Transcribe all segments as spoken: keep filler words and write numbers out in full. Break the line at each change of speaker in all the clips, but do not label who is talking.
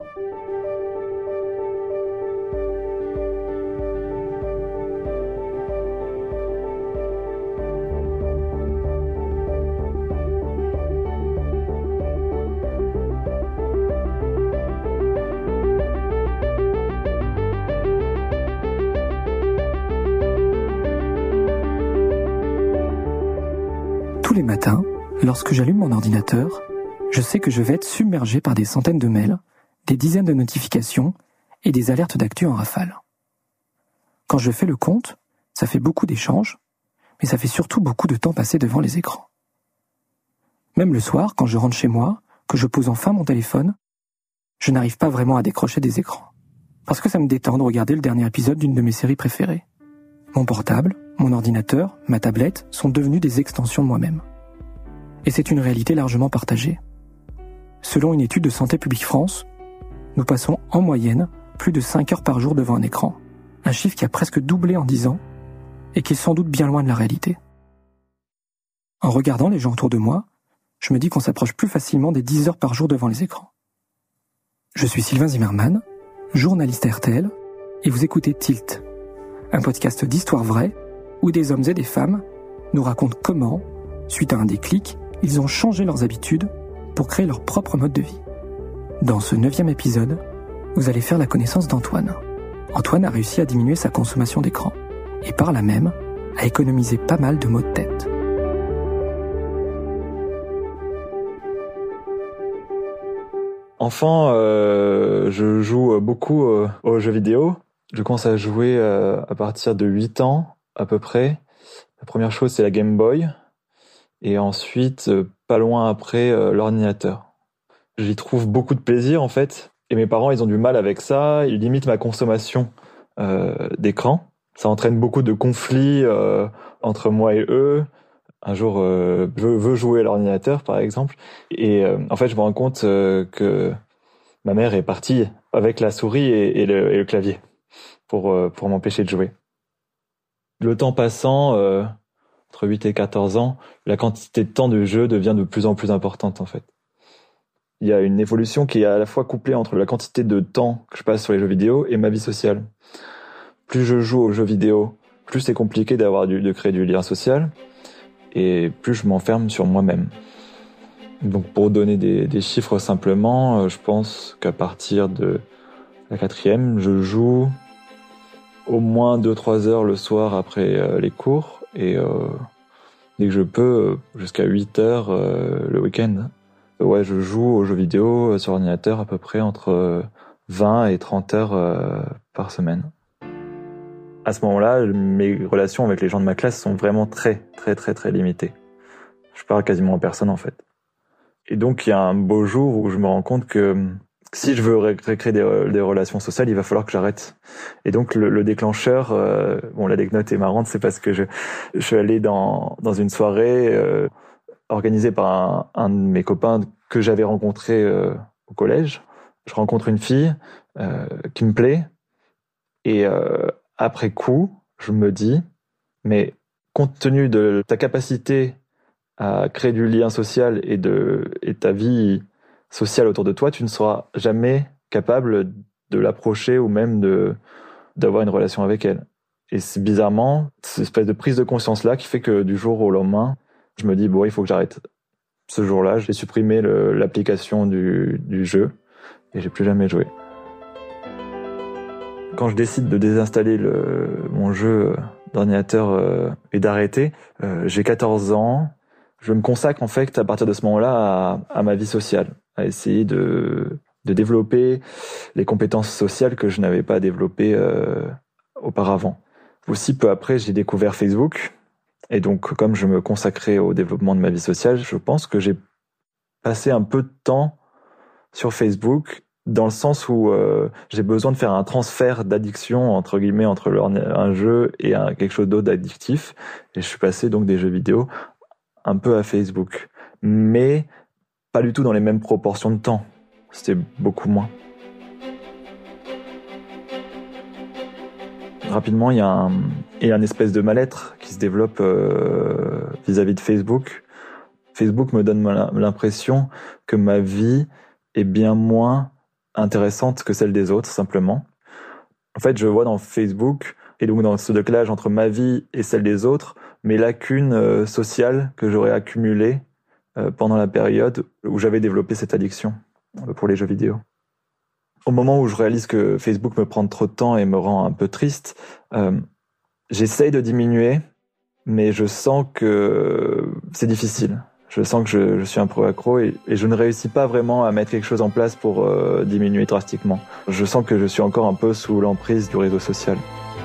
Tous les matins, lorsque j'allume mon ordinateur, je sais que je vais être submergé par des centaines de mails, des dizaines de notifications et des alertes d'actu en rafale. Quand je fais le compte, ça fait beaucoup d'échanges, mais ça fait surtout beaucoup de temps passé devant les écrans. Même le soir, quand je rentre chez moi, que je pose enfin mon téléphone, je n'arrive pas vraiment à décrocher des écrans. Parce que ça me détend de regarder le dernier épisode d'une de mes séries préférées. Mon portable, mon ordinateur, ma tablette sont devenus des extensions de moi-même. Et c'est une réalité largement partagée. Selon une étude de Santé publique France, nous passons en moyenne plus de cinq heures par jour devant un écran. Un chiffre qui a presque doublé en dix ans et qui est sans doute bien loin de la réalité. En regardant les gens autour de moi, je me dis qu'on s'approche plus facilement des dix heures par jour devant les écrans. Je suis Sylvain Zimmermann, journaliste à R T L, et vous écoutez Tilt, un podcast d'histoire vraie où des hommes et des femmes nous racontent comment, suite à un déclic, ils ont changé leurs habitudes pour créer leur propre mode de vie. Dans ce neuvième épisode, vous allez faire la connaissance d'Antoine. Antoine a réussi à diminuer sa consommation d'écran et par là même à économiser pas mal de maux de tête.
Enfant, euh, je joue beaucoup euh, aux jeux vidéo. Je commence à jouer euh, à partir de huit ans à peu près. La première chose, c'est la Game Boy. Et ensuite, euh, pas loin après, euh, l'ordinateur. J'y trouve beaucoup de plaisir en fait. Et mes parents, ils ont du mal avec ça. Ils limitent ma consommation euh, d'écran. Ça entraîne beaucoup de conflits euh, entre moi et eux. Un jour, euh, je veux jouer à l'ordinateur, par exemple. Et euh, en fait, je me rends compte euh, que ma mère est partie avec la souris et, et, le, et le clavier pour, euh, pour m'empêcher de jouer. Le temps passant, euh, entre huit et quatorze ans, la quantité de temps de jeu devient de plus en plus importante, en fait. Il y a une évolution qui est à la fois couplée entre la quantité de temps que je passe sur les jeux vidéo et ma vie sociale. Plus je joue aux jeux vidéo, plus c'est compliqué d'avoir du, de créer du lien social. Et plus je m'enferme sur moi-même. Donc pour donner des, des chiffres simplement, je pense qu'à partir de la quatrième, je joue au moins deux trois heures le soir après euh, les cours, et euh, dès que je peux, jusqu'à huit heures euh, le week-end. Ouais, je joue aux jeux vidéo sur ordinateur à peu près entre vingt et trente heures euh, par semaine. À ce moment-là, mes relations avec les gens de ma classe sont vraiment très, très, très, très limitées. Je parle quasiment en personne, en fait. Et donc, il y a un beau jour où je me rends compte que si je veux recréer des, des relations sociales, il va falloir que j'arrête. Et donc, le, le déclencheur, euh, bon, l'anecdote est marrante, c'est parce que je, je suis allé dans, dans une soirée euh, organisée par un, un de mes copains que j'avais rencontré euh, au collège. Je rencontre une fille euh, qui me plaît, et euh, après coup, je me dis, mais compte tenu de ta capacité à créer du lien social et de et ta vie sociale autour de toi, tu ne seras jamais capable de l'approcher ou même de d'avoir une relation avec elle. Et c'est bizarrement cette espèce de prise de conscience-là qui fait que du jour au lendemain, je me dis, bon, il faut que j'arrête. Ce jour-là, j'ai supprimé le, l'application du, du jeu et j'ai plus jamais joué. Quand je décide de désinstaller le, mon jeu d'ordinateur euh, et d'arrêter, euh, j'ai quatorze ans. Je me consacre en fait à partir de ce moment-là à, à ma vie sociale, à essayer de, de développer les compétences sociales que je n'avais pas développées euh, auparavant. Aussi, peu après, j'ai découvert Facebook. Et donc, comme je me consacrais au développement de ma vie sociale, je pense que j'ai passé un peu de temps sur Facebook, dans le sens où euh, j'ai besoin de faire un transfert d'addiction, entre guillemets, entre le, un jeu et un, quelque chose d'autre d'addictif. Et je suis passé donc des jeux vidéo un peu à Facebook. Mais pas du tout dans les mêmes proportions de temps. C'était beaucoup moins. Rapidement, il y a un, il y a une espèce de mal-être qui se développe euh, vis-à-vis de Facebook. Facebook me donne l'impression que ma vie est bien moins intéressantes que celles des autres, simplement. En fait, je vois dans Facebook, et donc dans ce décalage entre ma vie et celle des autres, mes lacunes euh, sociales que j'aurais accumulées euh, pendant la période où j'avais développé cette addiction euh, pour les jeux vidéo. Au moment où je réalise que Facebook me prend trop de temps et me rend un peu triste, euh, j'essaye de diminuer, mais je sens que c'est difficile. Je sens que je, je suis un peu accro et, et je ne réussis pas vraiment à mettre quelque chose en place pour euh, diminuer drastiquement. Je sens que je suis encore un peu sous l'emprise du réseau social.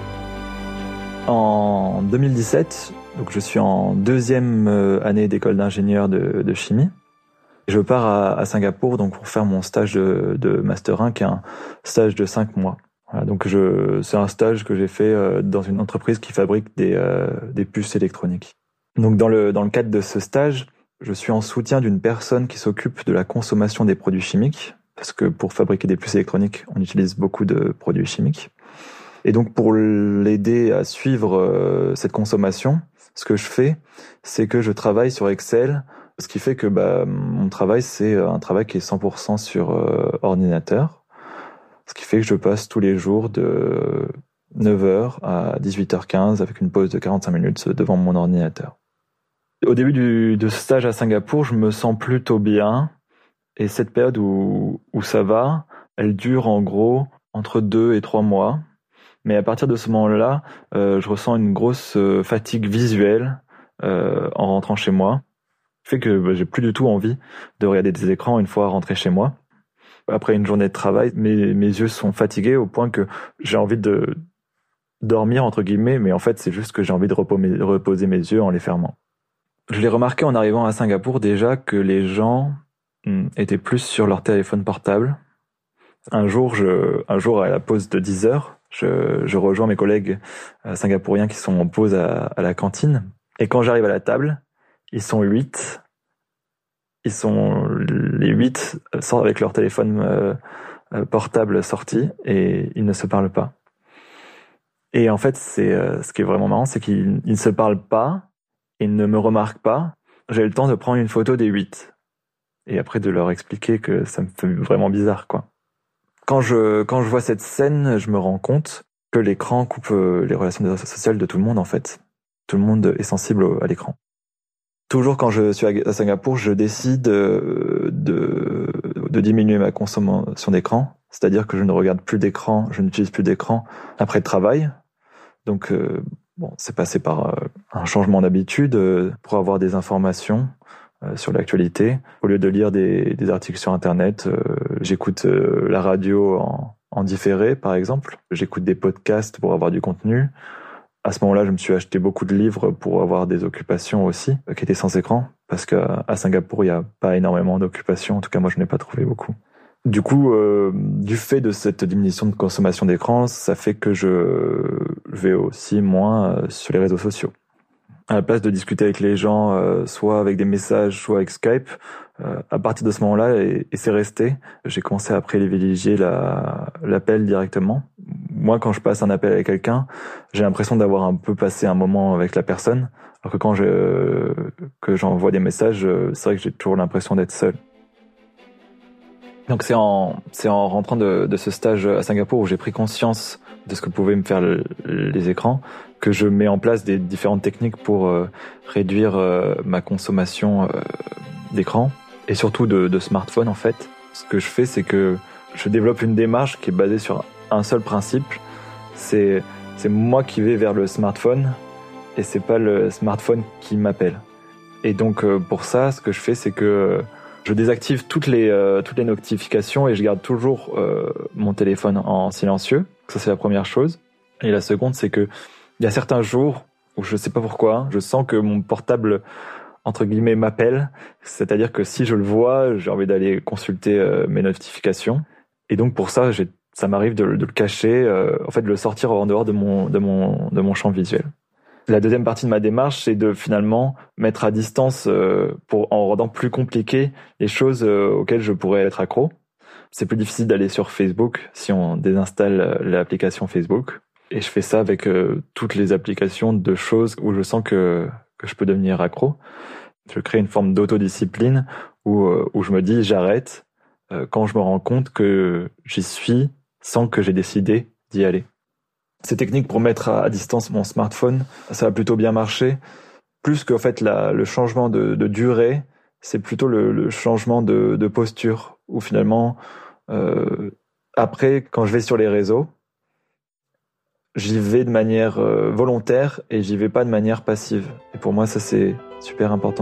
En deux mille dix-sept, donc je suis en deuxième année d'école d'ingénieur de, de chimie. Je pars à, à Singapour donc pour faire mon stage de, de Master un, qui est un stage de cinq mois. Voilà, donc je, c'est un stage que j'ai fait euh, dans une entreprise qui fabrique des, euh, des puces électroniques. Donc dans le, dans le cadre de ce stage, je suis en soutien d'une personne qui s'occupe de la consommation des produits chimiques, parce que pour fabriquer des puces électroniques, on utilise beaucoup de produits chimiques. Et donc pour l'aider à suivre euh, cette consommation, ce que je fais, c'est que je travaille sur Excel, ce qui fait que bah, mon travail, c'est un travail qui est cent pour cent sur euh, ordinateur, ce qui fait que je passe tous les jours de neuf heures à dix-huit heures quinze avec une pause de quarante-cinq minutes devant mon ordinateur. Au début du, de ce stage à Singapour, je me sens plutôt bien, et cette période où, où ça va, elle dure en gros entre deux et trois mois. Mais à partir de ce moment-là, euh, je ressens une grosse euh, fatigue visuelle euh, en rentrant chez moi. Ce qui fait que bah, j'ai plus du tout envie de regarder des écrans une fois rentré chez moi. Après une journée de travail, mes, mes yeux sont fatigués au point que j'ai envie de dormir, entre guillemets, mais en fait, c'est juste que j'ai envie de reposer, reposer mes yeux en les fermant. Je l'ai remarqué en arrivant à Singapour déjà que les gens hum, étaient plus sur leur téléphone portable. Un jour, je, un jour à la pause de dix heures, je, je rejoins mes collègues euh, singapouriens qui sont en pause à, à la cantine. Et quand j'arrive à la table, ils sont huit. Ils sont les huit sortent avec leur téléphone euh, euh, portable sorti et ils ne se parlent pas. Et en fait, c'est euh, ce qui est vraiment marrant, c'est qu'ils ne se parlent pas, ils ne me remarquent pas. J'ai le temps de prendre une photo des huit et après de leur expliquer que ça me fait vraiment bizarre, quoi. Quand je, quand je vois cette scène, je me rends compte que l'écran coupe les relations sociales de tout le monde, en fait. Tout le monde est sensible à l'écran. Toujours quand je suis à Singapour, je décide de, de, de diminuer ma consommation d'écran. C'est-à-dire que je ne regarde plus d'écran, je n'utilise plus d'écran après le travail. Donc, euh, bon, c'est passé par euh, un changement d'habitude euh, pour avoir des informations Euh, sur l'actualité. Au lieu de lire des, des articles sur Internet, euh, j'écoute euh, la radio en, en différé, par exemple. J'écoute des podcasts pour avoir du contenu. À ce moment-là, je me suis acheté beaucoup de livres pour avoir des occupations aussi, euh, qui étaient sans écran, parce qu'à à Singapour, il n'y a pas énormément d'occupations. En tout cas, moi, je n'ai pas trouvé beaucoup. Du coup, euh, du fait de cette diminution de consommation d'écran, ça fait que je vais aussi moins euh, sur les réseaux sociaux. À la place de discuter avec les gens, euh, soit avec des messages, soit avec Skype, euh, à partir de ce moment-là, et, et c'est resté, j'ai commencé à privilégier la, l'appel directement. Moi, quand je passe un appel avec quelqu'un, j'ai l'impression d'avoir un peu passé un moment avec la personne, alors que quand je, que j'envoie des messages, c'est vrai que j'ai toujours l'impression d'être seul. Donc c'est en, c'est en rentrant de, de ce stage à Singapour où j'ai pris conscience de ce que pouvaient me faire le, les écrans, que je mets en place des différentes techniques pour euh, réduire euh, ma consommation euh, d'écran et surtout de, de smartphone en fait. Ce que je fais, c'est que je développe une démarche qui est basée sur un seul principe, c'est, c'est moi qui vais vers le smartphone et c'est pas le smartphone qui m'appelle. Et donc euh, pour ça, ce que je fais, c'est que je désactive toutes les, euh, toutes les notifications et je garde toujours euh, mon téléphone en silencieux. Ça, c'est la première chose. Et la seconde, c'est que il y a certains jours où je sais pas pourquoi, je sens que mon portable, entre guillemets, m'appelle. C'est-à-dire que si je le vois, j'ai envie d'aller consulter euh, mes notifications. Et donc pour ça, j'ai, ça m'arrive de, de le cacher, euh, en fait, de le sortir en dehors de mon, de mon, de mon champ visuel. La deuxième partie de ma démarche, c'est de finalement mettre à distance, euh, pour, en rendant plus compliqué les choses euh, auxquelles je pourrais être accro. C'est plus difficile d'aller sur Facebook si on désinstalle l'application Facebook. Et je fais ça avec euh, toutes les applications de choses où je sens que, que je peux devenir accro. Je crée une forme d'autodiscipline où, euh, où je me dis j'arrête, euh, quand je me rends compte que j'y suis sans que j'ai décidé d'y aller. Ces techniques pour mettre à, à distance mon smartphone, ça a plutôt bien marché. Plus qu'en fait la, le changement de, de durée, c'est plutôt le, le changement de, de posture, où finalement, euh, après, quand je vais sur les réseaux, j'y vais de manière euh, volontaire et j'y vais pas de manière passive. Et pour moi, ça, c'est super important.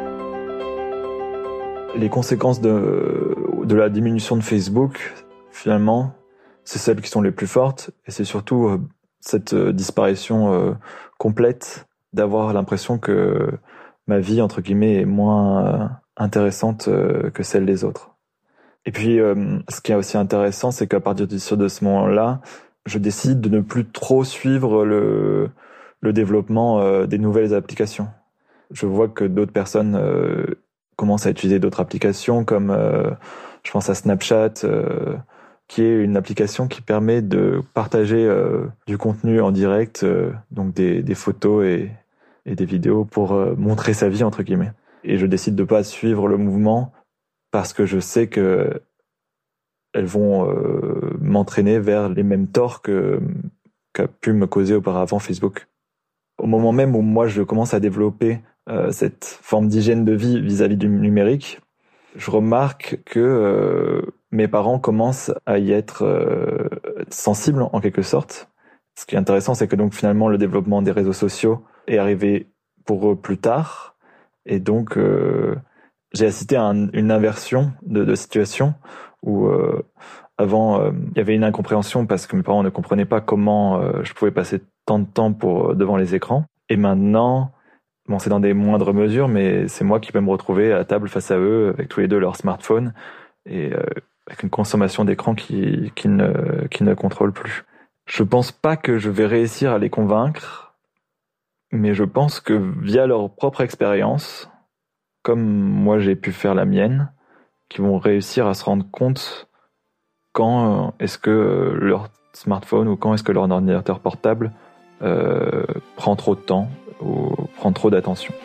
Les conséquences de, de la diminution de Facebook, finalement, c'est celles qui sont les plus fortes. Et c'est surtout euh, cette euh, disparition euh, complète, d'avoir l'impression que ma vie, entre guillemets, est moins euh, intéressante euh, que celle des autres. Et puis, euh, ce qui est aussi intéressant, c'est qu'à partir de ce moment-là, je décide de ne plus trop suivre le, le développement euh, des nouvelles applications. Je vois que d'autres personnes euh, commencent à utiliser d'autres applications, comme euh, je pense à Snapchat, euh, qui est une application qui permet de partager euh, du contenu en direct, euh, donc des, des photos et, et des vidéos pour euh, montrer sa vie, entre guillemets. Et je décide de pas suivre le mouvement parce que je sais que elles vont euh, m'entraîner vers les mêmes torts que qu'a pu me causer auparavant Facebook. Au moment même où moi je commence à développer euh, cette forme d'hygiène de vie vis-à-vis du numérique, je remarque que euh, mes parents commencent à y être euh, sensibles en quelque sorte. Ce qui est intéressant, c'est que donc finalement le développement des réseaux sociaux est arrivé pour eux plus tard, et donc euh, j'ai assisté à un, une inversion de, de situation où euh, avant euh, il y avait une incompréhension parce que mes parents ne comprenaient pas comment euh, je pouvais passer tant de temps pour devant les écrans. Et maintenant, bon, c'est dans des moindres mesures, mais c'est moi qui peux me retrouver à table face à eux avec tous les deux leur smartphone et euh, avec une consommation d'écran qui qui ne qui ne contrôle plus. Je pense pas que je vais réussir à les convaincre, mais je pense que via leur propre expérience, comme moi j'ai pu faire la mienne, qui vont réussir à se rendre compte quand est-ce que leur smartphone ou quand est-ce que leur ordinateur portable euh, prend trop de temps ou prend trop d'attention.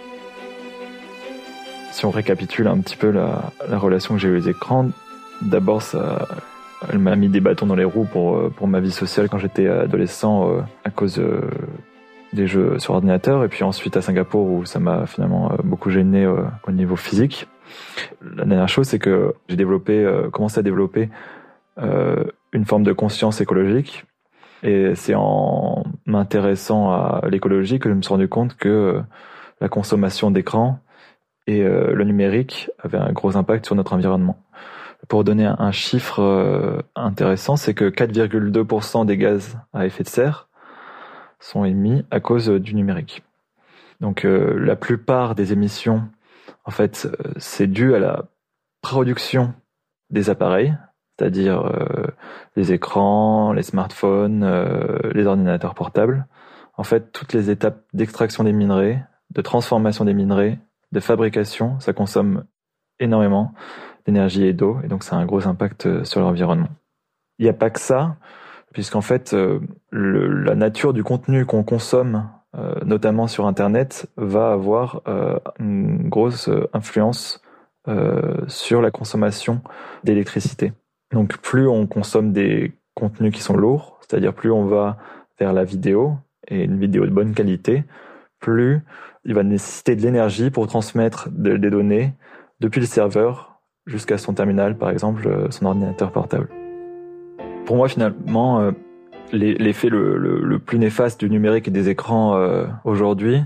Si on récapitule un petit peu la, la relation que j'ai eu aux écrans, d'abord ça, elle m'a mis des bâtons dans les roues pour, pour ma vie sociale quand j'étais adolescent euh, à cause euh, des jeux sur ordinateur, et puis ensuite à Singapour où ça m'a finalement beaucoup gêné euh, au niveau physique. La dernière chose, c'est que j'ai développé, euh, commencé à développer euh, une forme de conscience écologique, et c'est en m'intéressant à l'écologie que je me suis rendu compte que euh, la consommation d'écran et euh, le numérique avaient un gros impact sur notre environnement. Pour donner un, un chiffre euh, intéressant, c'est que quatre virgule deux pour cent des gaz à effet de serre sont émis à cause du numérique. Donc euh, la plupart des émissions, en fait, euh, c'est dû à la production des appareils, c'est-à-dire euh, les écrans, les smartphones, euh, les ordinateurs portables. En fait, toutes les étapes d'extraction des minerais, de transformation des minerais, de fabrication, ça consomme énormément d'énergie et d'eau, et donc ça a un gros impact sur l'environnement. Il n'y a pas que ça, puisqu'en fait, euh, le, la nature du contenu qu'on consomme, euh, notamment sur Internet, va avoir euh, une grosse influence euh, sur la consommation d'électricité. Donc plus on consomme des contenus qui sont lourds, c'est-à-dire plus on va vers la vidéo, et une vidéo de bonne qualité, plus il va nécessiter de l'énergie pour transmettre de, des données depuis le serveur jusqu'à son terminal, par exemple son ordinateur portable. Pour moi, finalement, euh, l'effet le, le, le plus néfaste du numérique et des écrans euh, aujourd'hui,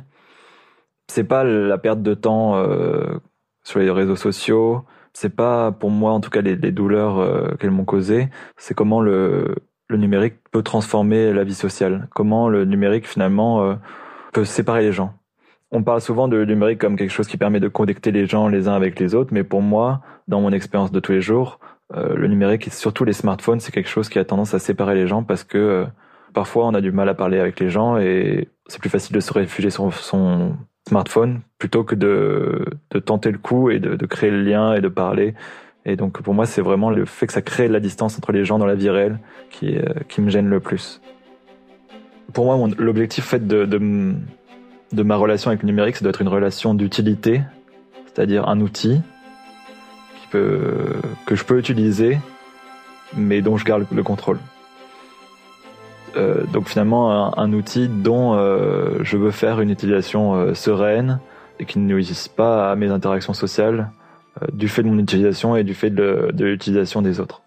c'est pas la perte de temps euh, sur les réseaux sociaux, c'est pas pour moi en tout cas les, les douleurs euh, qu'elles m'ont causées, c'est comment le, le numérique peut transformer la vie sociale, comment le numérique finalement euh, peut séparer les gens. On parle souvent de numérique comme quelque chose qui permet de connecter les gens les uns avec les autres, mais pour moi, dans mon expérience de tous les jours, euh, le numérique et surtout les smartphones, c'est quelque chose qui a tendance à séparer les gens parce que euh, parfois on a du mal à parler avec les gens et c'est plus facile de se réfugier sur son smartphone plutôt que de, de tenter le coup et de, de créer le lien et de parler. Et donc pour moi, c'est vraiment le fait que ça crée de la distance entre les gens dans la vie réelle qui, euh, qui me gêne le plus. Pour moi, mon, l'objectif fait de, de, de ma relation avec le numérique, ça doit être une relation d'utilité, c'est-à-dire un outil qui peux, que je peux utiliser, mais dont je garde le contrôle. Euh, donc finalement, un, un outil dont euh, je veux faire une utilisation euh, sereine et qui ne nuise pas à mes interactions sociales euh, du fait de mon utilisation et du fait de, de l'utilisation des autres.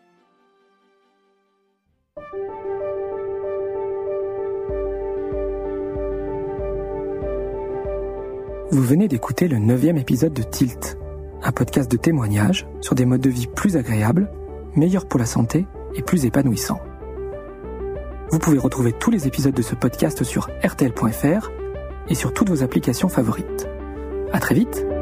Vous venez d'écouter le neuvième épisode de Tilt, un podcast de témoignages sur des modes de vie plus agréables, meilleurs pour la santé et plus épanouissants. Vous pouvez retrouver tous les épisodes de ce podcast sur r t l point f r et sur toutes vos applications favorites. À très vite!